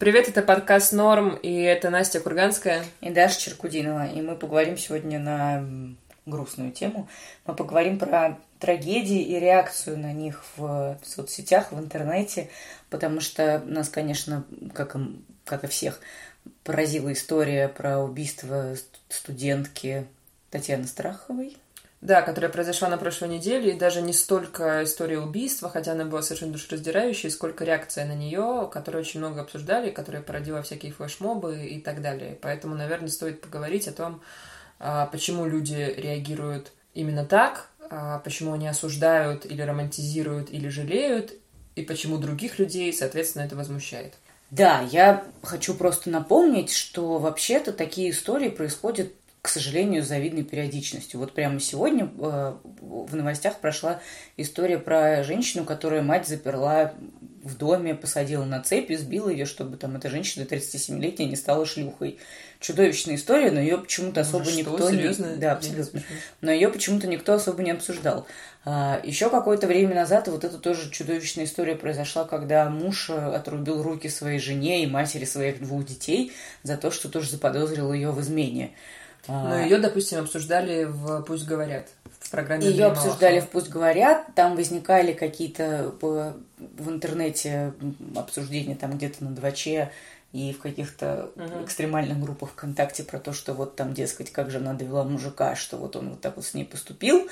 привет, это подкаст «Норм», и это Настя Курганская. И Даша Черкудинова. И мы поговорим сегодня на грустную тему. Мы поговорим про трагедии и реакцию на них в соцсетях, в интернете, потому что нас, конечно, как и всех, поразила история про убийство студентки Татьяны Страховой. Да, которая произошла на прошлой неделе, и даже не столько история убийства, хотя она была совершенно душераздирающей, сколько реакция на нее, которую очень много обсуждали, которая породила всякие флешмобы и так далее. Поэтому, наверное, стоит поговорить о том, почему люди реагируют именно так, почему они осуждают или романтизируют или жалеют, и почему других людей, соответственно, это возмущает. Да, я хочу просто напомнить, что вообще-то такие истории происходят, к сожалению, с завидной периодичностью. Вот прямо сегодня в новостях прошла история про женщину, которую мать заперла в доме, посадила на цепь и сбила ее, чтобы там эта женщина 37-летняя не стала шлюхой. Чудовищная история, но ее почему-то особо никто серьезно? Да, абсолютно. Но ее почему-то никто особо не обсуждал. Еще какое-то время назад вот эта тоже чудовищная история произошла, когда муж отрубил руки своей жене и матери своих 2 детей за то, что тоже заподозрил ее в измене. Но ее, допустим, обсуждали в «Пусть говорят», в программе Ее обсуждали в «Пусть говорят», там возникали какие-то в интернете обсуждения там где-то на 2Ч и в каких-то экстремальных группах ВКонтакте про то, что вот там, дескать, как жена довела мужика, что вот он вот так вот с ней поступил,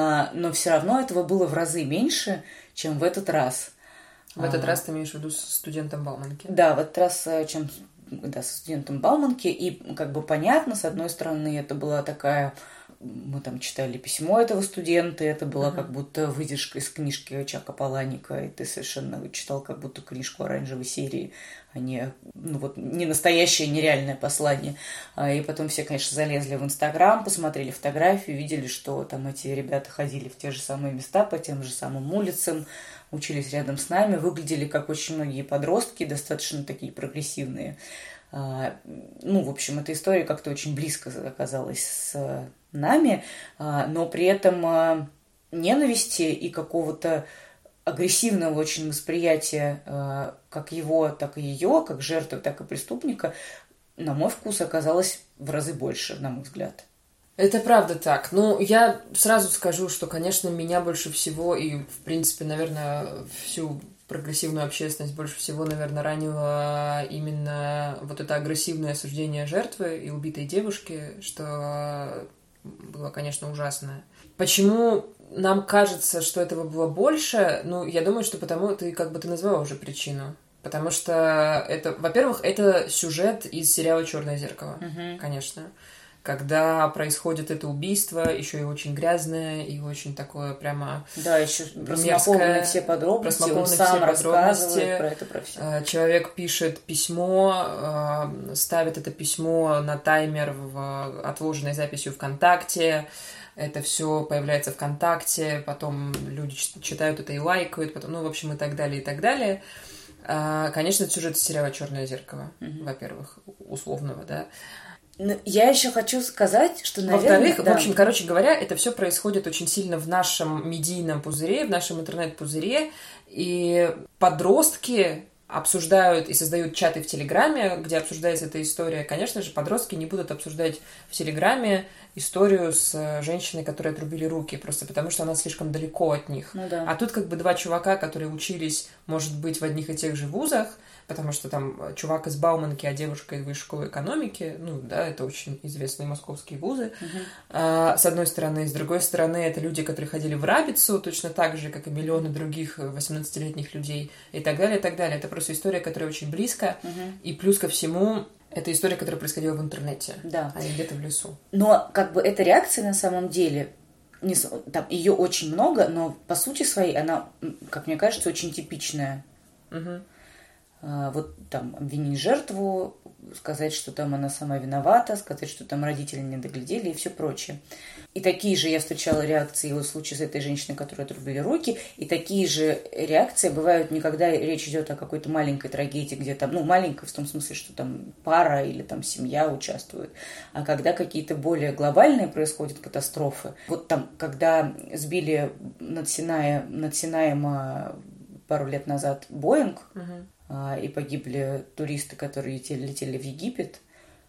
но все равно этого было в разы меньше, чем в этот раз. В этот раз ты имеешь в виду с студентом Бауманки? Да, в этот раз, чем со студентом Бауманки, и как бы понятно, с одной стороны, это была такая... Мы там читали письмо этого студента, это была как будто выдержка из книжки Чака Паланика, и ты совершенно читал как будто книжку оранжевой серии, а не, не настоящее, нереальное послание. И потом все, конечно, залезли в Инстаграм, посмотрели фотографии, видели, что там эти ребята ходили в те же самые места, по тем же самым улицам, учились рядом с нами, выглядели как очень многие подростки, достаточно такие прогрессивные. В общем, эта история как-то очень близко оказалась с нами, но при этом ненависти и какого-то агрессивного очень восприятия как его, так и ее, как жертвы, так и преступника, на мой вкус, оказалось в разы больше, на мой взгляд. Это правда так. Я сразу скажу, что, конечно, меня больше всего и, в принципе, наверное, всю прогрессивную общественность больше всего, наверное, ранило именно вот это агрессивное осуждение жертвы и убитой девушки, что было, конечно, ужасно. Почему нам кажется, что этого было больше? Я думаю, что потому ты назвала уже причину. Потому что это, во-первых, это сюжет из сериала «Черное зеркало», конечно. Когда происходит это убийство, еще и очень грязное, и очень такое прямо да, еще просмакованы все подробности, он сам рассказывает про это, про все. Человек пишет письмо, ставит это письмо на таймер в отложенной записью ВКонтакте, это все появляется ВКонтакте, потом люди читают это и лайкают, потом, в общем, и так далее, и так далее. Конечно, это сюжет из сериала «Черное зеркало», во-первых, условного, да. Я еще хочу сказать, что, наверное... Во-вторых, в общем, короче говоря, это все происходит очень сильно в нашем медийном пузыре, в нашем интернет-пузыре, и подростки обсуждают и создают чаты в Телеграме, где обсуждается эта история. Конечно же, подростки не будут обсуждать в Телеграме историю с женщиной, которой отрубили руки, просто потому что она слишком далеко от них. Да. А тут 2 чувака, которые учились, может быть, в одних и тех же вузах, потому что там чувак из Бауманки, а девушка из Высшей школы экономики, это очень известные московские вузы, с одной стороны. С другой стороны, это люди, которые ходили в Рабицу, точно так же, как и миллионы других 18-летних людей, и так далее, и так далее. Это просто история, которая очень близко, и плюс ко всему, это история, которая происходила в интернете, а не где-то в лесу. Но эта реакция на самом деле, ее очень много, но по сути своей она, как мне кажется, очень типичная. Вот там обвинить жертву, сказать, что там она сама виновата, сказать, что там родители не доглядели и все прочее. И такие же я встречала реакции в случае с этой женщиной, которой отрубили руки, и такие же реакции бывают не когда речь идет о какой-то маленькой трагедии, где там, маленькой в том смысле, что там пара или там семья участвует, а когда какие-то более глобальные происходят катастрофы. Вот там, когда сбили над Синаем пару лет назад Боинг, и погибли туристы, которые летели в Египет.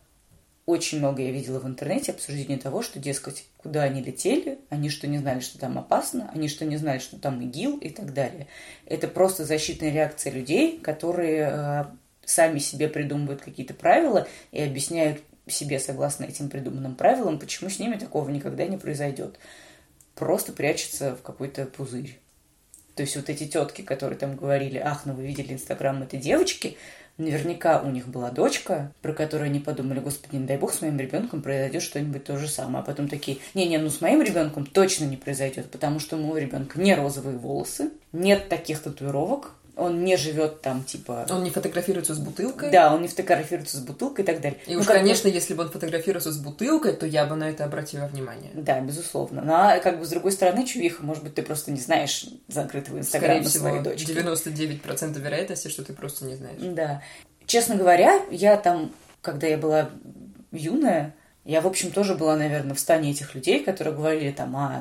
Очень много я видела в интернете обсуждения того, что, дескать, куда они летели, они что, не знали, что там опасно, они что, не знали, что там ИГИЛ и так далее. Это просто защитная реакция людей, которые сами себе придумывают какие-то правила и объясняют себе, согласно этим придуманным правилам, почему с ними такого никогда не произойдет. Просто прячется в какой-то пузырь. То есть вот эти тетки, которые там говорили, ах, ну вы видели Инстаграм этой девочки, наверняка у них была дочка, про которую они подумали, господи, не дай бог, с моим ребенком произойдет что-нибудь то же самое. А потом такие, не-не, ну с моим ребенком точно не произойдет, потому что у моего ребенка не розовые волосы, нет таких татуировок, он не живет там, типа... Он не фотографируется с бутылкой? Да, он не фотографируется с бутылкой и так далее. И конечно, если бы он фотографировался с бутылкой, то я бы на это обратила внимание. Да, безусловно. Но, с другой стороны, чувиха, может быть, ты просто не знаешь закрытого инстаграма своей дочки. 99% вероятности, что ты просто не знаешь. Да. Честно говоря, я там, когда я была юная, я, в общем, тоже была, наверное, в стане этих людей, которые говорили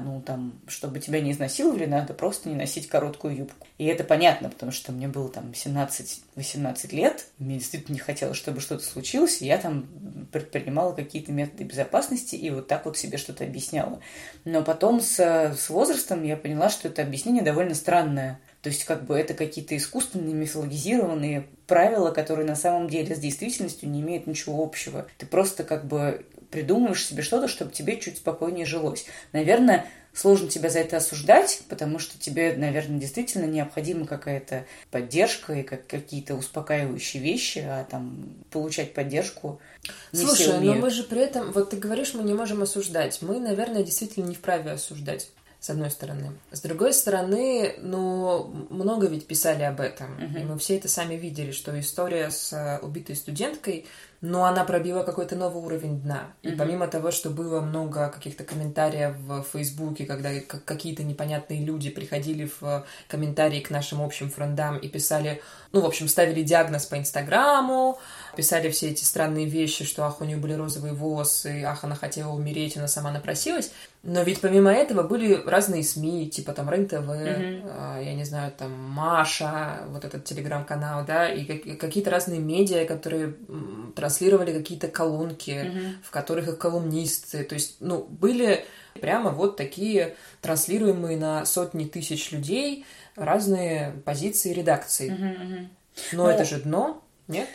чтобы тебя не изнасиловали, надо просто не носить короткую юбку. И это понятно, потому что мне было там 17-18 лет, мне действительно не хотелось, чтобы что-то случилось, и я там предпринимала какие-то методы безопасности и вот так вот себе что-то объясняла. Но потом с возрастом я поняла, что это объяснение довольно странное. То есть это какие-то искусственные, мифологизированные правила, которые на самом деле с действительностью не имеют ничего общего. Ты просто придумываешь себе что-то, чтобы тебе чуть спокойнее жилось. Наверное, сложно тебя за это осуждать, потому что тебе, наверное, действительно необходима какая-то поддержка и какие-то успокаивающие вещи, а там получать поддержку не все умеют. Слушай, но мы же при этом, вот ты говоришь, мы не можем осуждать. Мы, наверное, действительно не вправе осуждать. С одной стороны. С другой стороны, много ведь писали об этом. И мы все это сами видели, что история с убитой студенткой, она пробила какой-то новый уровень дна. И помимо того, что было много каких-то комментариев в Фейсбуке, когда какие-то непонятные люди приходили в комментарии к нашим общим френдам и писали, ставили диагноз по Инстаграму, писали все эти странные вещи, что ах, у нее были розовые волосы, ах, она хотела умереть, она сама напросилась. Но ведь помимо этого были разные СМИ, типа там РЕН-ТВ, я не знаю, там Маша, вот этот телеграм-канал, да, и какие-то разные медиа, которые транслировали какие-то колонки, в которых их колумнисты, то есть, были прямо вот такие транслируемые на сотни тысяч людей разные позиции редакции. Но это же дно, нет?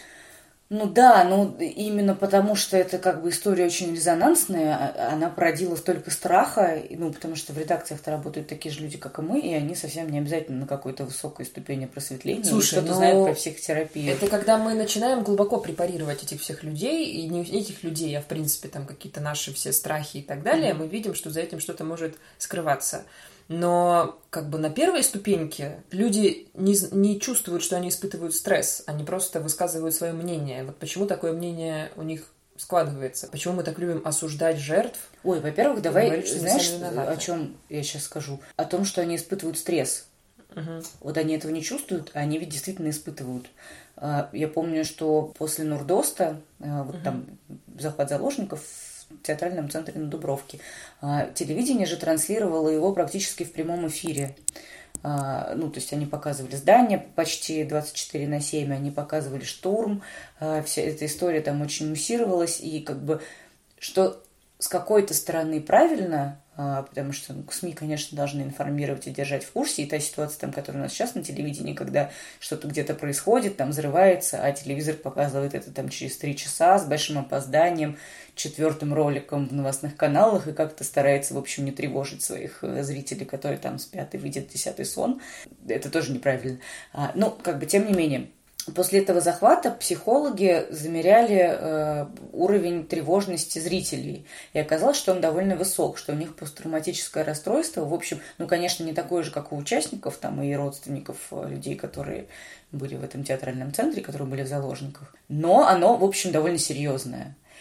Именно потому, что это история очень резонансная, она породила столько страха, потому что в редакциях-то работают такие же люди, как и мы, и они совсем не обязательно на какой-то высокой ступени просветления. Слушай, что-то знают про психотерапию. Это когда мы начинаем глубоко препарировать этих всех людей, и не этих людей, а в принципе там какие-то наши все страхи и так далее, мы видим, что за этим что-то может скрываться. Но на первой ступеньке люди не чувствуют, что они испытывают стресс, они просто высказывают свое мнение. Вот почему такое мнение у них складывается? Почему мы так любим осуждать жертв? Ой, во-первых, давай, говорить, знаешь, о чем я сейчас скажу? О том, что они испытывают стресс. Вот они этого не чувствуют, а они ведь действительно испытывают. Я помню, что после Нурдоста, там захват заложников в театральном центре на Дубровке, телевидение же транслировало его практически в прямом эфире. То есть они показывали здание почти 24/7, они показывали штурм, вся эта история там очень муссировалась, и что с какой-то стороны правильно, потому что СМИ, конечно, должны информировать и держать в курсе, и та ситуация, там, которая у нас сейчас на телевидении, когда что-то где-то происходит, там взрывается, а телевизор показывает это там через 3 часа с большим опозданием, 4-м роликом в новостных каналах, и как-то старается, в общем, не тревожить своих зрителей, которые там спят и видят 10-й сон. Это тоже неправильно. Тем не менее, после этого захвата психологи замеряли уровень тревожности зрителей. И оказалось, что он довольно высок, что у них посттравматическое расстройство, в общем, конечно, не такое же, как у участников там, и родственников людей, которые были в этом театральном центре, которые были в заложниках. Но оно, в общем, довольно серьезное.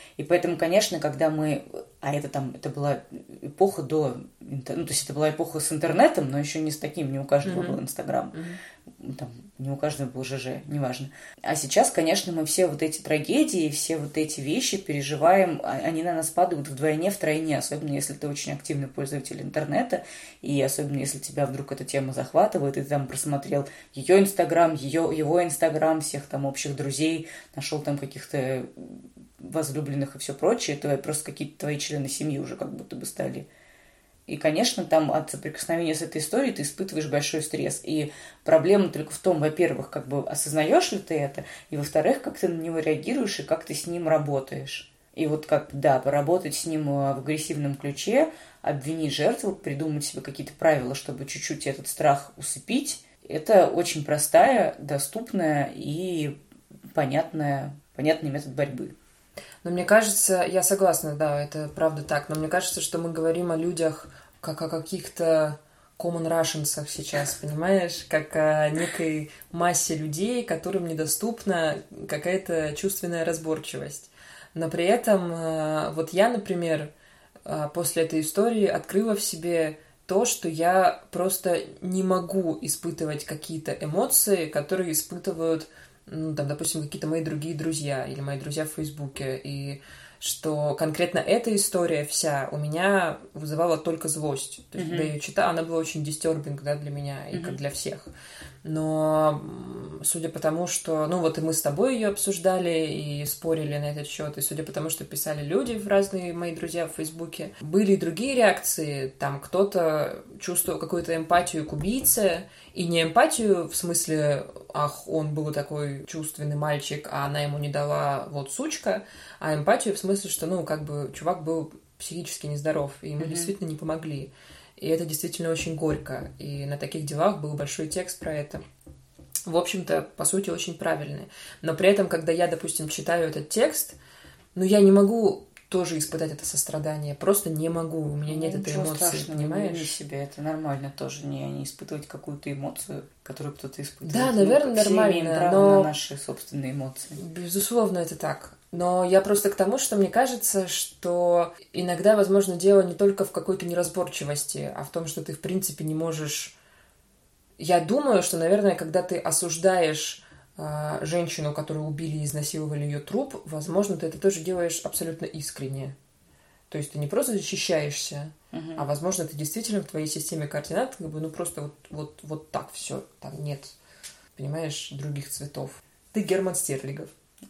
И поэтому, конечно, когда мы... А это была эпоха до... Ну, то есть это была эпоха с интернетом, но еще не с таким, не у каждого был Инстаграм. Там, не у каждого был ЖЖ, неважно. А сейчас, конечно, мы все вот эти трагедии, все вот эти вещи переживаем, они на нас падают вдвойне, втройне, особенно если ты очень активный пользователь интернета, и особенно если тебя вдруг эта тема захватывает, и ты там просмотрел ее Инстаграм, его Инстаграм, всех там общих друзей, нашел там каких-то возлюбленных и все прочее, то просто какие-то твои члены семьи уже как будто бы стали. И, конечно, там от соприкосновения с этой историей ты испытываешь большой стресс. И проблема только в том, во-первых, как бы осознаешь ли ты это, и, во-вторых, как ты на него реагируешь и как ты с ним работаешь. И вот как, да, поработать с ним в агрессивном ключе, обвинить жертву, придумать себе какие-то правила, чтобы чуть-чуть этот страх усыпить, это очень простая, доступная и понятный метод борьбы. Но мне кажется, я согласна, да, это правда так, но мне кажется, что мы говорим о людях как о каких-то common russians'ах сейчас, понимаешь? Как о некой массе людей, которым недоступна какая-то чувственная разборчивость. Но при этом вот я, например, после этой истории открыла в себе то, что я просто не могу испытывать какие-то эмоции, которые испытывают, ну, там, допустим, какие-то мои другие друзья или мои друзья в Фейсбуке, и что конкретно эта история вся у меня вызывала только злость. То есть, когда я ее читала, она была очень disturbing, да, для меня и как для всех. Но судя по тому, что... Ну, вот и мы с тобой ее обсуждали и спорили на этот счет, и судя по тому, что писали люди, разные мои друзья в Фейсбуке, были и другие реакции. Там кто-то чувствовал какую-то эмпатию к убийце, и не эмпатию в смысле, ах, он был такой чувственный мальчик, а она ему не дала, вот сучка, а эмпатию в смысле, что, ну, как бы чувак был психически нездоров, и ему действительно не помогли. И это действительно очень горько. И на таких делах был большой текст про это. В общем-то, по сути, очень правильный. Но при этом, когда я, допустим, читаю этот текст, ну, я не могу тоже испытать это сострадание. Просто не могу. У меня нет этой эмоции, страшного, понимаешь? Не себя. Это нормально тоже не испытывать какую-то эмоцию, которую кто-то испытывает. Да, наверное, нормально. Все имеем право на наши собственные эмоции. Безусловно, это так. Но я просто к тому, что мне кажется, что иногда, возможно, дело не только в какой-то неразборчивости, а в том, что ты, в принципе, не можешь... Я думаю, что, наверное, когда ты осуждаешь женщину, которую убили и изнасиловали ее труп, возможно, ты это тоже делаешь абсолютно искренне. То есть ты не просто защищаешься, а, возможно, ты действительно в твоей системе координат, как бы, ну, просто вот так все. Там нет, понимаешь, других цветов. Ты Герман Стерлигов.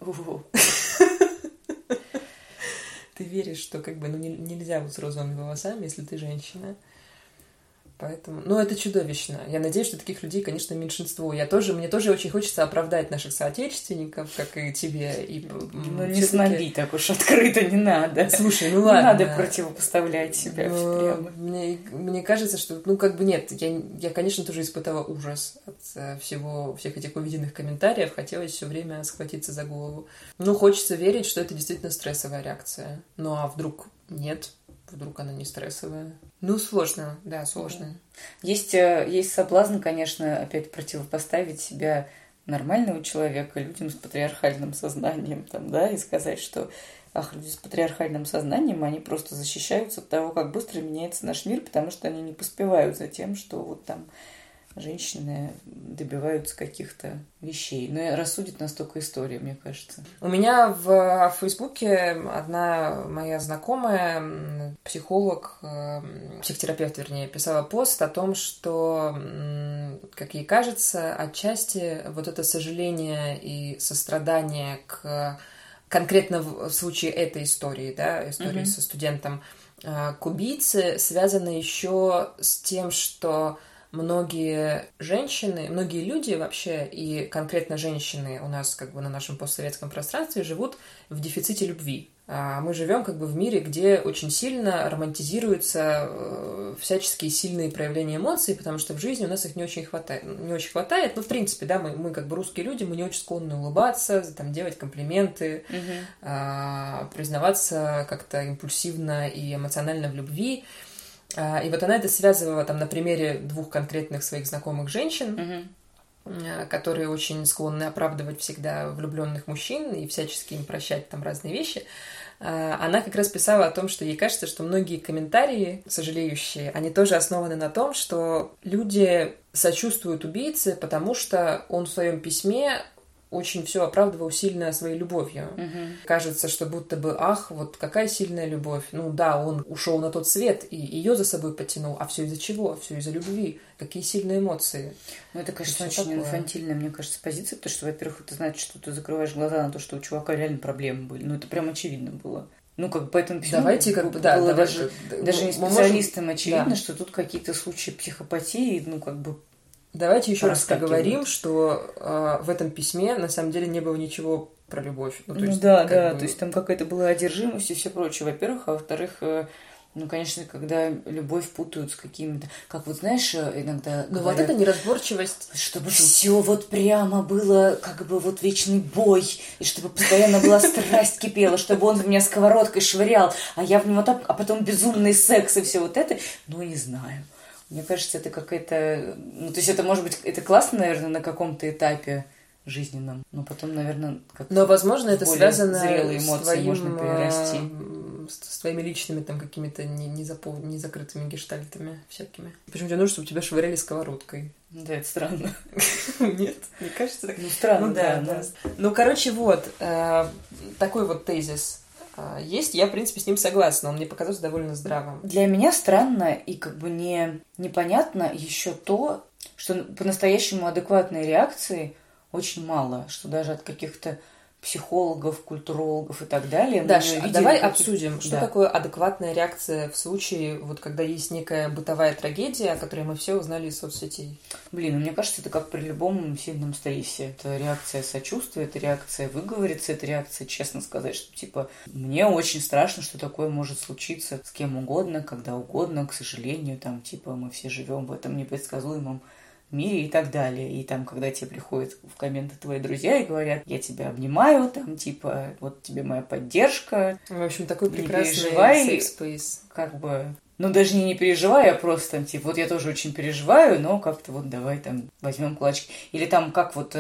Ты веришь, что как бы, ну, нельзя вот с розовыми волосами, если ты женщина. Поэтому... Ну, это чудовищно. Я надеюсь, что таких людей, конечно, меньшинство. Мне тоже очень хочется оправдать наших соотечественников, как и тебе. И, ну, не сноби так уж открыто, не надо. Слушай, ну ладно. Не надо противопоставлять себя прямо. Мне кажется, что, ну, как бы нет. Я, конечно, тоже испытала ужас от всех этих увиденных комментариев. Хотелось все время схватиться за голову. Ну, хочется верить, что это действительно стрессовая реакция. Ну, а вдруг нет? Вдруг она не стрессовая? Ну, сложно, да, сложно. Есть соблазн, конечно, опять противопоставить себя нормального человека людям с патриархальным сознанием, там, да, и сказать, что люди с патриархальным сознанием, они просто защищаются от того, как быстро меняется наш мир, потому что они не поспевают за тем, что вот там женщины добиваются каких-то вещей. Но рассудит нас только история, мне кажется. У меня в Фейсбуке одна моя знакомая, психолог, психотерапевт, вернее, писала пост о том, что, как ей кажется, отчасти вот это сожаление и сострадание конкретно в случае этой истории, да, истории со студентом, к убийце связано еще с тем, что многие женщины, многие люди вообще, и конкретно женщины у нас как бы на нашем постсоветском пространстве живут в дефиците любви. Мы живем как бы в мире, где очень сильно романтизируются всяческие сильные проявления эмоций, потому что в жизни у нас их не очень хватает. Ну, в принципе, да, мы как бы русские люди, мы не очень склонны улыбаться, там, делать комплименты, признаваться как-то импульсивно и эмоционально в любви. И вот она это связывала там на примере двух конкретных своих знакомых женщин, которые очень склонны оправдывать всегда влюбленных мужчин и всячески им прощать там разные вещи. она как раз писала о том, что ей кажется, что многие комментарии, сожалеющие, они тоже основаны на том, что люди сочувствуют убийце, потому что он в своем письме очень все оправдывал сильно своей любовью. Кажется, что будто бы, вот какая сильная любовь. Ну да, он ушел на тот свет и ее за собой потянул. А все из-за чего? Все из-за любви. Какие сильные эмоции. Ну, это, конечно, очень инфантильная, мне кажется, позиция, потому что, во-первых, это значит, что ты закрываешь глаза на то, что у чувака реально проблемы были. Ну, это прям очевидно было. Ну, как бы поэтому письмо давайте, было даже не специалистам очевидно, что тут какие-то случаи психопатии, ну, как бы давайте еще раз поговорим, что в этом письме на самом деле не было ничего про любовь. Ну, то есть, то есть там какая-то была одержимость и все прочее, во-первых, а во-вторых, ну, конечно, когда любовь путают с какими-то... Как вот, знаешь, иногда ну, вот это неразборчивость. Чтобы все вот прямо было, как бы вот вечный бой, и чтобы постоянно была страсть кипела, чтобы он в меня сковородкой швырял, а я в него так... А потом безумный секс и все вот это. Ну, не знаю. Мне кажется, это какая-то... Ну, то есть это, может быть, это классно, наверное, на каком-то этапе жизненном, но потом, наверное, как-то... Но, возможно, это связано зрелые эмоции можно перерасти. С твоими личными там какими-то незакрытыми гештальтами всякими. Почему тебе нужно, чтобы тебя швыряли сковородкой? Да, это странно. Нет, мне кажется так. Ну, странно, ну, да. Ну, короче, вот, такой вот тезис есть, я, в принципе, с ним согласна, он мне показался довольно здравым. Для меня странно и как бы непонятно еще то, что по-настоящему адекватной реакции очень мало, что даже от каких-то психологов, культурологов и так далее. Даша, давай обсудим, что такое адекватная реакция в случае, вот когда есть некая бытовая трагедия, о которой мы все узнали из соцсетей. Блин, мне кажется, это как при любом сильном стрессе. Это реакция сочувствия, это реакция выговориться, это реакция честно сказать, что типа мне очень страшно, что такое может случиться с кем угодно, когда угодно, к сожалению, там типа мы все живем в этом непредсказуемом мире и так далее. И там, когда тебе приходят в комменты твои друзья и говорят, я тебя обнимаю, там, типа, вот тебе моя поддержка. В общем, такой прекрасный safe space. Как бы... Ну, даже не переживай, а просто там, типа, вот я тоже очень переживаю, но как-то вот давай там возьмем кулачки. Или там, как вот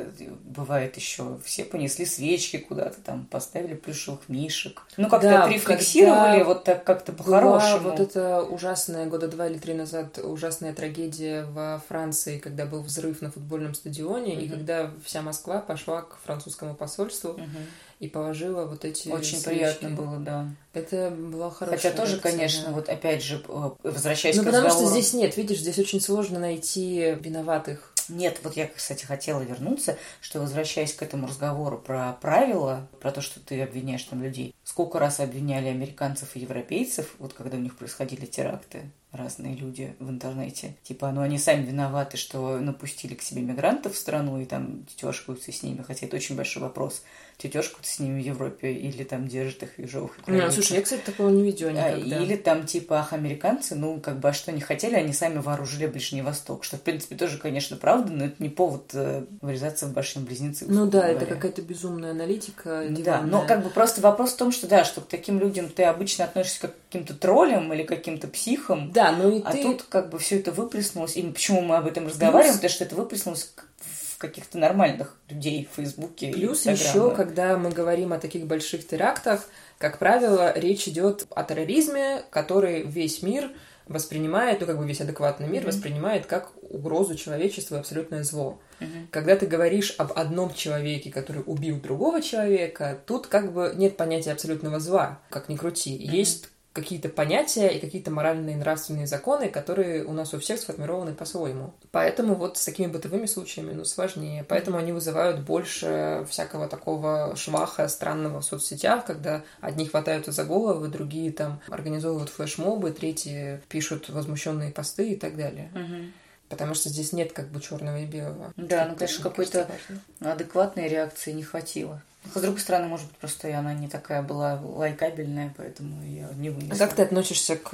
бывает еще, все понесли свечки куда-то, там, поставили плюшевых мишек. Ну, как-то отрефлексировали вот так как-то по-хорошему. Вот это ужасная, года 2 или 3 назад, ужасная трагедия во Франции, когда был взрыв на футбольном стадионе, и когда вся Москва пошла к французскому посольству, и положила вот эти очень свечки. Приятно было, да. Это была хорошая Хотя тоже, реакция, конечно, вот опять же, возвращаясь к разговору... Ну, потому что здесь нет, видишь, здесь очень сложно найти виноватых. Нет, вот я, кстати, хотела вернуться, что, возвращаясь к этому разговору про правила, про то, что ты обвиняешь там людей, сколько раз обвиняли американцев и европейцев, вот когда у них происходили теракты, разные люди в интернете. Типа, ну, они сами виноваты, что напустили к себе мигрантов в страну и там тетешкаются с ними, хотя это очень большой вопрос. Тетешкаются с ними в Европе или там держат их в ежовых украинцах. Слушай, я, кстати, такого не видела никогда. Или там типа, американцы, ну, как бы, а что они хотели, они сами вооружили Ближний Восток, что, в принципе, тоже, конечно, правда, но это не повод врезаться в башню-близнецы. Ну да, говоря. Это какая-то безумная аналитика. Да, но как бы просто вопрос в том, что да, что к таким людям ты обычно относишься как к каким-то троллям или каким-то психам. Да, ну и тут как бы все это выплеснулось. И почему мы об этом разговариваем? Потому что это выплеснулось в каких-то нормальных людей в Фейсбуке. Плюс еще, когда мы говорим о таких больших терактах, как правило, речь идет о терроризме, который весь мир воспринимает, ну как бы весь адекватный мир воспринимает как угрозу человечеству и абсолютное зло. Когда ты говоришь об одном человеке, который убил другого человека, тут как бы нет понятия абсолютного зла, как ни крути. Есть какие-то понятия и какие-то моральные и нравственные законы, которые у нас у всех сформированы по-своему. Поэтому вот с такими бытовыми случаями, ну, сложнее. Поэтому они вызывают больше всякого такого шваха странного в соцсетях, когда одни хватаются за головы, другие там организовывают флешмобы, третьи пишут возмущенные посты и так далее. Потому что здесь нет как бы черного и белого. Да, ну, конечно, какой-то адекватной реакции не хватило. С другой стороны, может быть, просто и она не такая была лайкабельная, поэтому я не вынесла. А как ты относишься к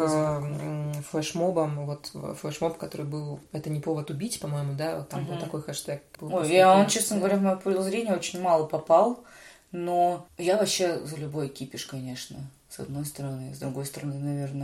флешмобам? Вот флешмоб, который был «Это не повод убить», по-моему, да? Вот там был такой хэштег. Ой, он, честно говоря, в мое поле зрения очень мало попал, но я вообще за любой кипиш, конечно, с одной стороны. С другой стороны, наверное,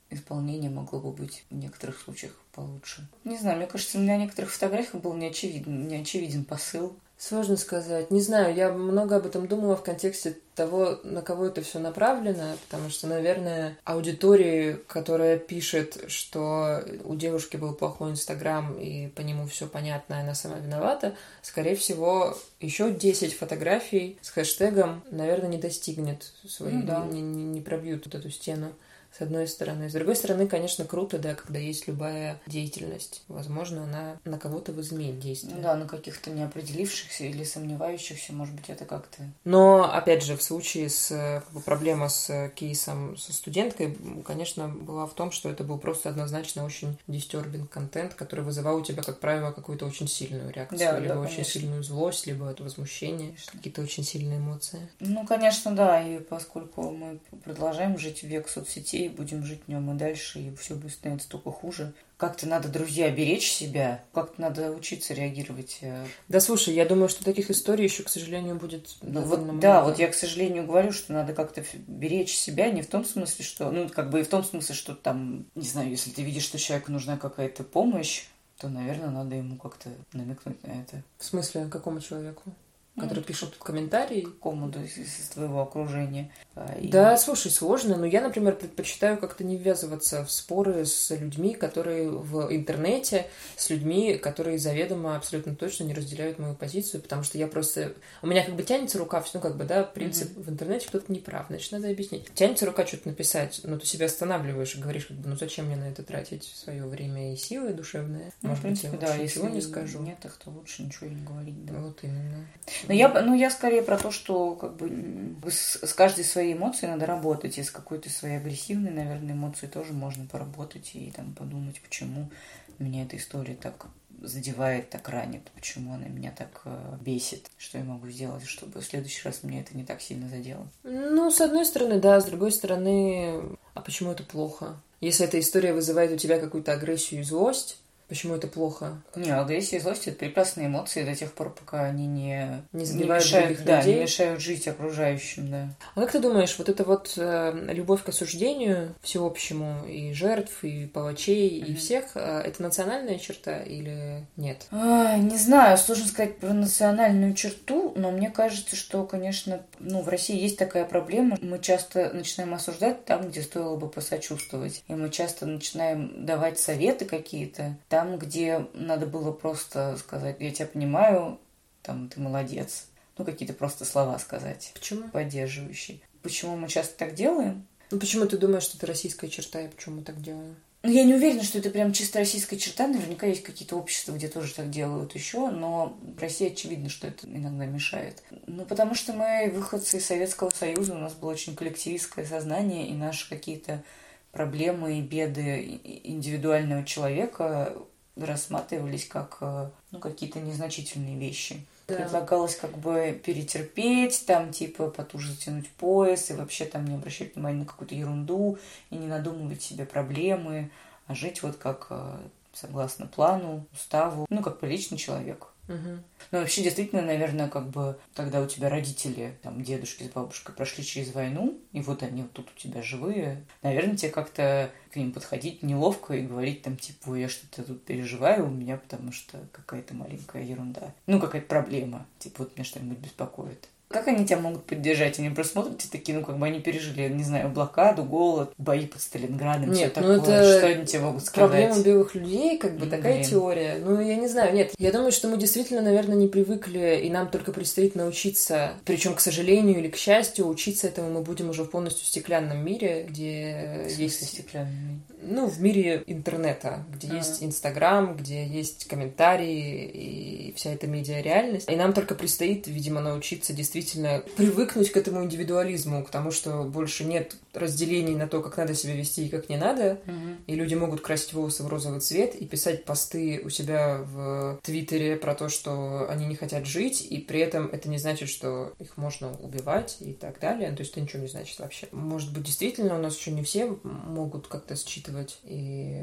исполнение могло бы быть в некоторых случаях получше. Не знаю, мне кажется, на некоторых фотографиях был не очевиден посыл. Сложно сказать. Не знаю, я много об этом думала в контексте того, на кого это все направлено, потому что, наверное, аудитории, которая пишет, что у девушки был плохой Инстаграм и по нему все понятно, и она сама виновата, скорее всего, еще 10 фотографий с хэштегом, наверное, не достигнет своей, не пробьют вот эту стену. С одной стороны. С другой стороны, конечно, круто, да, когда есть любая деятельность. Возможно, она на кого-то возымеет действие. Ну да, на каких-то неопределившихся или сомневающихся, может быть, это как-то... Но, опять же, в случае с проблема с кейсом со студенткой, конечно, была в том, что это был просто однозначно очень disturbing контент, который вызывал у тебя, как правило, какую-то очень сильную реакцию. Да, либо очень сильную злость, либо это возмущение, какие-то очень сильные эмоции. Ну, конечно, да, и поскольку мы продолжаем жить в век соцсетей, будем жить в нем и дальше, и все будет становиться только хуже. Как-то надо, друзья, беречь себя, как-то надо учиться реагировать. Да, слушай, я думаю, что таких историй еще, к сожалению, будет довольно много. Да, вот я, к сожалению, говорю, что надо как-то беречь себя, не в том смысле, что, ну, как бы и в том смысле, что там, не знаю, если ты видишь, что человеку нужна какая-то помощь, то, наверное, надо ему как-то намекнуть на это. В смысле, какому человеку? Который пишет комментарии. Какому-то из твоего окружения. Да, слушай, сложно, но я, например, предпочитаю как-то не ввязываться в споры с людьми, которые в интернете, с людьми, которые заведомо абсолютно точно не разделяют мою позицию, потому что я просто... У меня как бы тянется рука, ну как бы, да, принцип в интернете кто-то не прав, значит, надо объяснить. Тянется рука что-то написать, но ты себя останавливаешь и говоришь, как бы, ну зачем мне на это тратить свое время и силы душевные? Ну, может в принципе, быть, я да, ничего не скажу. Нет, то лучше ничего и не говорить. Да. Вот именно. Но я скорее про то, что как бы с каждой своей эмоцией надо работать, и с какой-то своей агрессивной, наверное, эмоцией тоже можно поработать и там подумать, почему меня эта история так задевает, так ранит, почему она меня так бесит, что я могу сделать, чтобы в следующий раз меня это не так сильно задело. Ну, с одной стороны, да, с другой стороны, а почему это плохо? Если эта история вызывает у тебя какую-то агрессию и злость, почему это плохо? Не, агрессия и злость — это прекрасные эмоции до тех пор, пока они не мешают других людей. Не мешают жить окружающим, да. А как ты думаешь, вот эта вот любовь к осуждению всеобщему и жертв, и палачей, и всех, это национальная черта или нет? Не знаю, сложно сказать про национальную черту, но мне кажется, что, конечно, в России есть такая проблема. Мы часто начинаем осуждать там, где стоило бы посочувствовать. И мы часто начинаем давать советы какие-то там, где надо было просто сказать: я тебя понимаю, там, ты молодец. Ну, какие-то просто слова сказать. Почему? Поддерживающие. Почему мы часто так делаем? Ну, почему ты думаешь, что это российская черта, и почему мы так делаем? Ну, я не уверена, что это прям чисто российская черта. Наверняка есть какие-то общества, где тоже так делают еще, но в России очевидно, что это иногда мешает. Ну, потому что мы выходцы из Советского Союза, у нас было очень коллективистское сознание, и наши какие-то проблемы и беды индивидуального человека рассматривались как какие-то незначительные вещи. Да. Предлагалось как бы перетерпеть, там типа потуже затянуть пояс и вообще там не обращать внимания на какую-то ерунду и не надумывать себе проблемы, а жить вот как согласно плану, уставу, как приличный человек. Угу. Ну, вообще, действительно, наверное, как бы, когда у тебя родители, там, дедушки с бабушкой прошли через войну, и вот они вот тут у тебя живые, наверное, тебе как-то к ним подходить неловко и говорить там, типа, я что-то тут переживаю у меня, потому что какая-то маленькая ерунда. Ну, какая-то проблема. Типа, вот меня что-нибудь беспокоит. Как они тебя могут поддержать? Они просто смотрят и такие, как бы они пережили, не знаю, блокаду, голод, бои под Сталинградом, все такое. Это что они тебе могут сказать? Проблема белых людей, как бы такая теория. Ну, я не знаю, нет. Я думаю, что мы действительно, наверное, не привыкли, и нам только предстоит научиться, причем, к сожалению или к счастью, учиться этому мы будем уже в полностью стеклянном мире, где есть... стеклянный? Ну, в мире интернета, где есть Инстаграм, где есть комментарии и вся эта медиареальность. И нам только предстоит, видимо, научиться действительно привыкнуть к этому индивидуализму, к тому, что больше нет разделений на то, как надо себя вести и как не надо. И люди могут красить волосы в розовый цвет и писать посты у себя в Твиттере про то, что они не хотят жить, и при этом это не значит, что их можно убивать и так далее. То есть это ничего не значит вообще. Может быть, действительно, у нас еще не все могут как-то считывать и...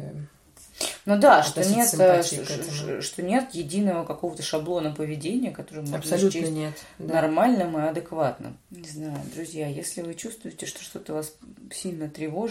Ну да, что нет единого какого-то шаблона поведения, который можно абсолютно нет, нормальным и адекватным. Не знаю, друзья, если вы чувствуете, что что-то вас сильно тревожит,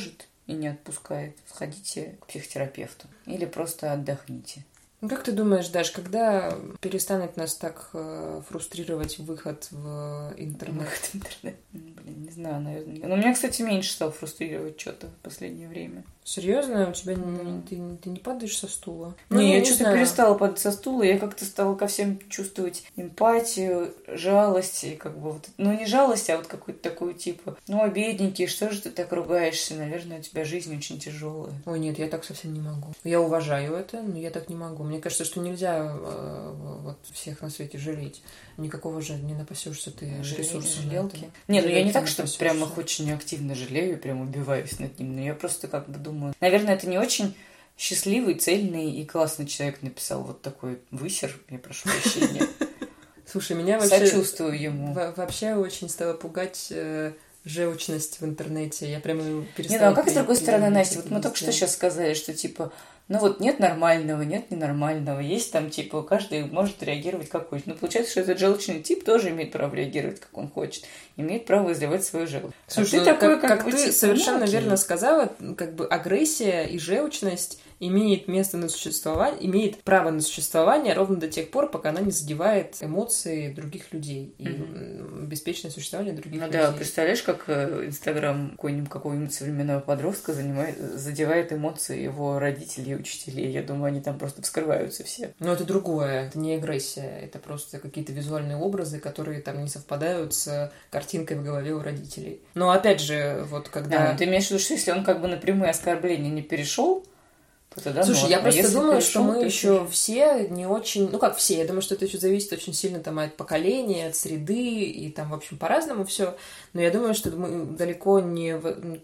и не отпускает, сходите к психотерапевту или просто отдохните. Ну, как ты думаешь, Даш, когда перестанет нас так фрустрировать выход в интернет? Блин, не знаю, наверное. Но меня, кстати, меньше стало фрустрировать что-то в последнее время. Серьезно? У тебя ты не падаешь со стула? Я что-то перестала падать со стула, я как-то стала ко всем чувствовать эмпатию, жалость, и как бы вот, не жалость, а вот какую-то такую типа, бедненький, что же ты так ругаешься? Наверное, у тебя жизнь очень тяжелая. Ой, нет, я так совсем не могу. Я уважаю это, но я так не могу. Мне кажется, что нельзя вот всех на свете жалеть. Никакого же не напасешься ты ресурсов. Жалелки. Нет, я не так, что прям их очень активно жалею, прям убиваюсь над ним, но я просто как бы думаю, наверное, это не очень счастливый, цельный и классный человек написал вот такой высер, я прошу прощения. Слушай, меня вообще... Сочувствую ему. Вообще очень стало пугать желчность в интернете. Я прямо перестала... Нет, а как с другой стороны, Настя, вот мы только что сейчас сказали, что типа... нет нормального, нет ненормального. Есть там, типа, каждый может реагировать как хочет. Но получается, что этот желчный тип тоже имеет право реагировать, как он хочет. Имеет право изливать свою желчь. Слушай, ты такой, как ты типа, совершенно верно сказала, как бы агрессия и желчность имеет место на существование, имеет право на существование ровно до тех пор, пока она не задевает эмоции других людей и беспечное существование других людей. Да, представляешь, как Инстаграм какого-нибудь современного подростка задевает эмоции его родителей и учителей. Я думаю, они там просто вскрываются все. Но это другое, это не агрессия, это просто какие-то визуальные образы, которые там не совпадают с картинкой в голове у родителей. Но опять же, вот когда... ты имеешь в виду, что если он как бы на прямые оскорбления не перешел, то тогда Слушай, я просто думаю, что мы еще все не очень... как все, я думаю, что это еще зависит очень сильно там от поколения, от среды, и там, в общем, по-разному все. Но я думаю, что мы далеко не...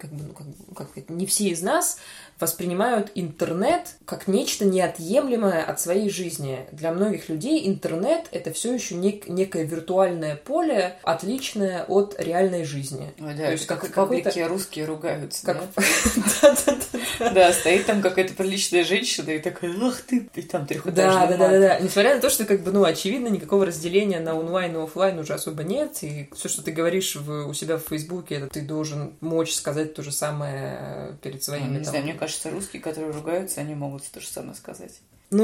не все из нас воспринимают интернет как нечто неотъемлемое от своей жизни. Для многих людей интернет — это все еще некое виртуальное поле, отличное от реальной жизни. Ой, да, то есть как в паблике русские ругаются, Да, стоит там какая-то приличная женщина и такая, ах ты, и там трехэтажный мат. Да. Несмотря на то, что очевидно, никакого разделения на онлайн и офлайн уже особо нет, и все, что ты говоришь у себя в Фейсбуке, это ты должен мочь сказать то же самое перед своими. Не знаю, мне кажется, русские, которые ругаются, они могут то же самое сказать.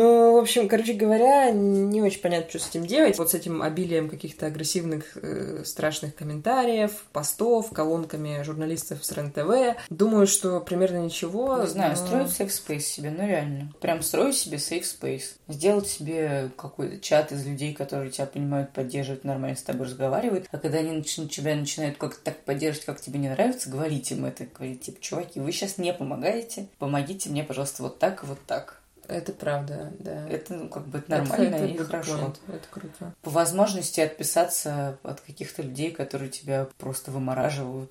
В общем, короче говоря, не очень понятно, что с этим делать. Вот с этим обилием каких-то агрессивных, страшных комментариев, постов, колонками журналистов с РЕН-ТВ. Думаю, что примерно ничего. Не знаю, строить сейф спейс себе, реально. Прям строю себе сейф спейс. Сделать себе какой-то чат из людей, которые тебя понимают, поддерживают, нормально с тобой разговаривают. А когда они тебя начинают как-то так поддерживать, как тебе не нравится, говорить им это. Говорить, типа, чуваки, вы сейчас не помогаете, помогите мне, пожалуйста, вот так и вот так. Это правда, да. Это нормально и хорошо. Это круто. По возможности отписаться от каких-то людей, которые тебя просто вымораживают.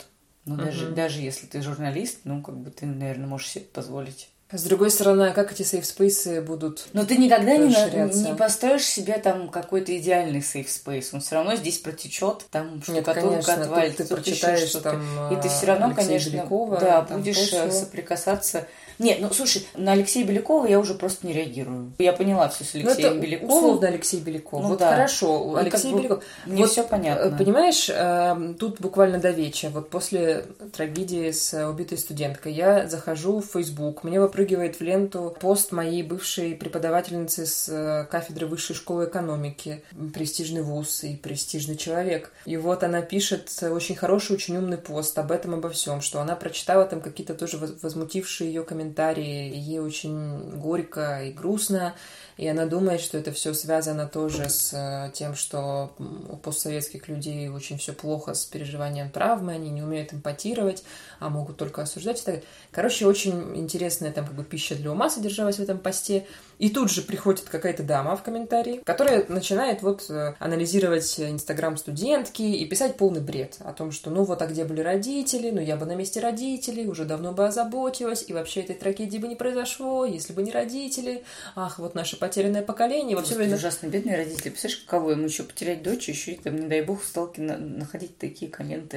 Даже если ты журналист, ты, наверное, можешь себе это позволить. С другой стороны, как эти сейф-спейсы будут Но ты никогда не построишь себе там какой-то идеальный сейф-спейс. Он все равно здесь протечет, там штукатурка отвалится. Ты прочитаешь там и ты все равно, конечно, Белякова, будешь соприкасаться. Нет, слушай, на Алексея Белякова я уже просто не реагирую. Я поняла все с Алексеем Беляковым. Условно Алексей Беляков. Хорошо, Алексей Беляков. Мне все понятно. Понимаешь, тут буквально до вечера, после трагедии с убитой студенткой, я захожу в Facebook, мне выпрыгивает в ленту пост моей бывшей преподавательницы с кафедры Высшей школы экономики, престижный вуз и престижный человек. И вот она пишет очень хороший, очень умный пост об этом, обо всем, что она прочитала там какие-то тоже возмутившие ее комментарии, ей очень горько и грустно, и она думает, что это все связано тоже с тем, что у постсоветских людей очень все плохо с переживанием травмы, они не умеют эмпатировать, а могут только осуждать. Короче, очень интересная там пища для ума содержалась в этом посте. И тут же приходит какая-то дама в комментарии, которая начинает анализировать Инстаграм студентки и писать полный бред о том, что а где были родители, я бы на месте родителей уже давно бы озаботилась, и вообще этой трагедии бы не произошло, если бы не родители. Ах, вот наше потерянное поколение. Ужасно бедные родители. Представляешь, каково ему еще потерять дочь, еще и не дай бог, в сталке находить такие комменты.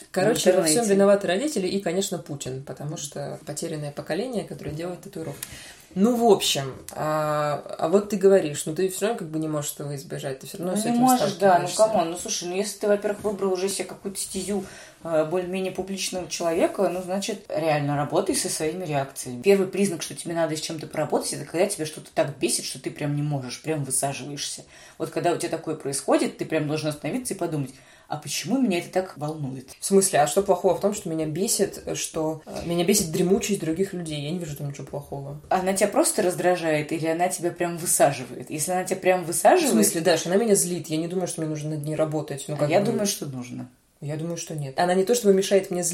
Короче, во всем виноваты родители и, конечно, Путин, потому что потерянное поколение, которое делает татуировки. Ну, в общем, а вот ты говоришь, ну ты все равно как бы не можешь этого избежать, ты все равно с этим сталкиваешься. Да, ну камон, ну слушай, если ты, во-первых, выбрал уже себе какую-то стезю более-менее публичного человека, значит, реально работай со своими реакциями. Первый признак, что тебе надо с чем-то поработать, это когда тебя что-то так бесит, что ты прям не можешь, прям высаживаешься. Вот когда у тебя такое происходит, ты прям должен остановиться и подумать, а почему меня это так волнует? В смысле, а что плохого в том, что меня бесит дремучесть других людей? Я не вижу там ничего плохого. Она тебя просто раздражает или она тебя прям высаживает? Если она тебя прям высаживает... В смысле, Даша, она меня злит. Я не думаю, что мне нужно над ней работать. Я думаю, что нужно. Я думаю, что нет. Она не то чтобы мешает мне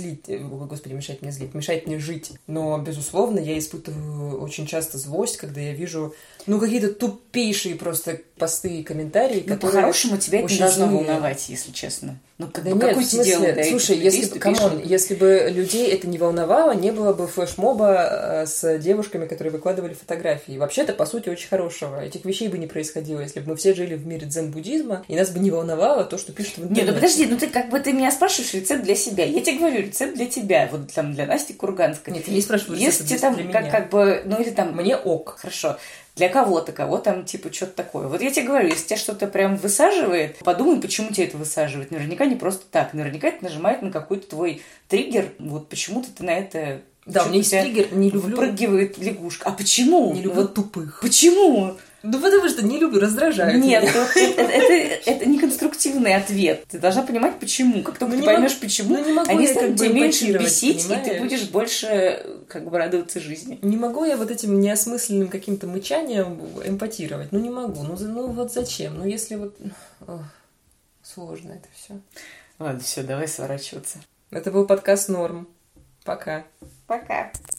мешает мне жить. Но, безусловно, я испытываю очень часто злость, когда я вижу, какие-то тупейшие просто посты и комментарии, которые... по-хорошему тебя это не должно волновать, если честно. Какой тебе дело до этих? Слушай, если бы людей это не волновало, не было бы флешмоба с девушками, которые выкладывали фотографии. Вообще-то, по сути, очень хорошего. Этих вещей бы не происходило, если бы мы все жили в мире дзен-буддизма, и нас бы не волновало то, что пишут в интернете. Нет, подожди, ты меня спрашиваешь рецепт для себя. Я тебе говорю, рецепт для тебя. Вот там для Насти Курганской. Нет, я не спрашиваю рецепт для меня. Или там... Мне ок. Хорошо. Для кого-то, кого там, что-то такое. Вот я тебе говорю, если тебя что-то прям высаживает, подумай, почему тебя это высаживает. Наверняка не просто так. Наверняка это нажимает на какой-то твой триггер. Вот почему-то ты на это... Да, у меня есть триггер, не люблю... Выпрыгивает лягушка. А почему? Не люблю тупых. Почему? Потому что не люблю, раздражают. Нет, это не конструктивный ответ. Ты должна понимать, почему. Как только ты поймешь, почему, они станут тебя меньше бесить, и ты будешь больше радоваться жизни. Не могу я вот этим неосмысленным каким-то мычанием эмпатировать. Не могу. Вот зачем? Если вот... сложно это все. Ладно, все, давай сворачиваться. Это был подкаст «Норм». Пока. Пока.